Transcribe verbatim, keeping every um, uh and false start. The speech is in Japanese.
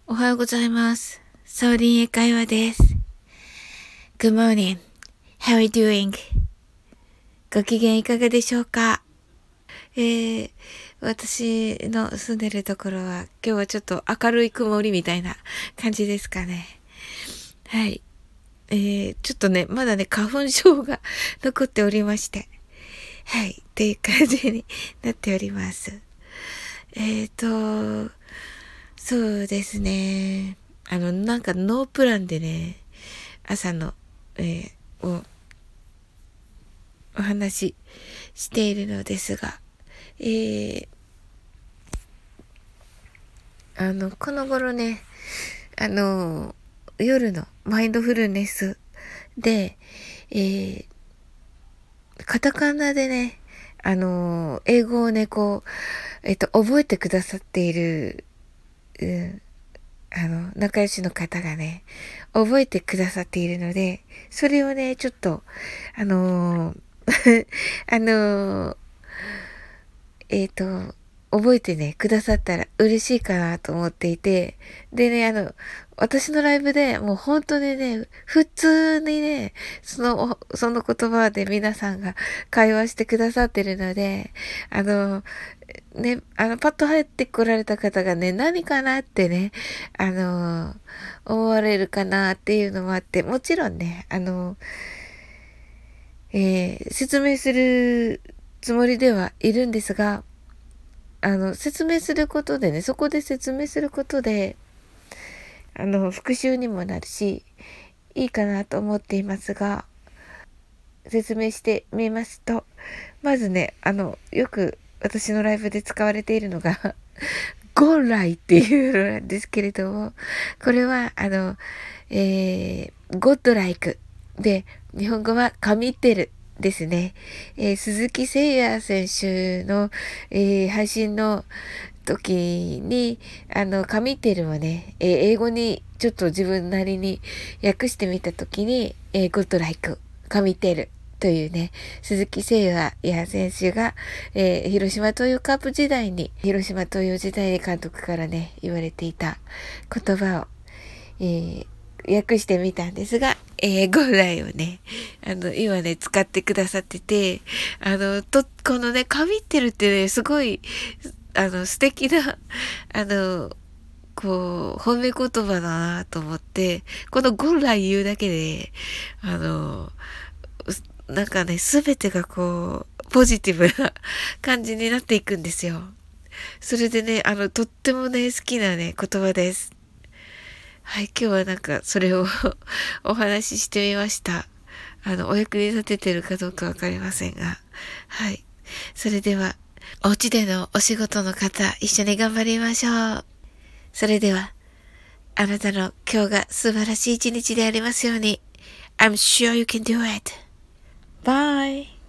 おはようございます。サオリン英会話です。Good morning. How are you doing? ご機嫌いかがでしょうか？えー、私の住んでるところは今日はちょっと明るい曇りみたいな感じですかね。はい。えー、ちょっとね、まだね、花粉症が残っておりまして。はい。っていう感じになっております。えーと、そうですね。あの、なんかノープランでね、朝の、えー、をお話ししているのですが、えー、あの、この頃ね、あの、夜のマインドフルネスで、えー、カタカナでね、あの、英語をね、こう、えっと、覚えてくださっている、うん、あの、仲良しの方がね、覚えてくださっているので、それをね、ちょっと、あのーあのーえっと、覚えてね、くださったら嬉しいかなと思っていて、でね、あの、私のライブでもう本当にね、普通にね、その、その言葉で皆さんが会話してくださってるので、あの、ね、あの、パッと入ってこられた方がね、何かなってね、あの、思われるかなっていうのもあって、もちろんね、あの、えー説明するつもりではいるんですが、あの、説明することでね、そこで説明することで、あの、復習にもなるし、いいかなと思っていますが、説明してみますと、まずね、あの、よく私のライブで使われているのがゴンライっていうのなんですけれども、これは、あの、えー、ゴッドライクで、日本語は神ってるですね。えー、鈴木誠也選手の、えー、配信の時に、あの、神ってるをね、えー、英語にちょっと自分なりに訳してみた時に、えー、ゴッドライク、神ってる。というね、鈴木誠也選手が、えー、広島東洋カープ時代に、広島東洋時代に監督からね、言われていた言葉を、えー、訳してみたんですが、えー、ゴ来をね、あの、今ね、使ってくださってて、あの、と、このね、神ってるってね、すごい、あの、素敵な、あの、こう、褒め言葉だなと思って、このゴ来言うだけで、あの、なんかね、すべてがこう、ポジティブな感じになっていくんですよ。それでね、あの、とってもね、好きなね、言葉です。はい、今日はなんか、それをお話ししてみました。あの、お役に立ててるかどうかわかりませんが。はい。それでは、お家でのお仕事の方、一緒に頑張りましょう。それでは、あなたの今日が素晴らしい一日でありますように。I'm sure you can do it. Bye.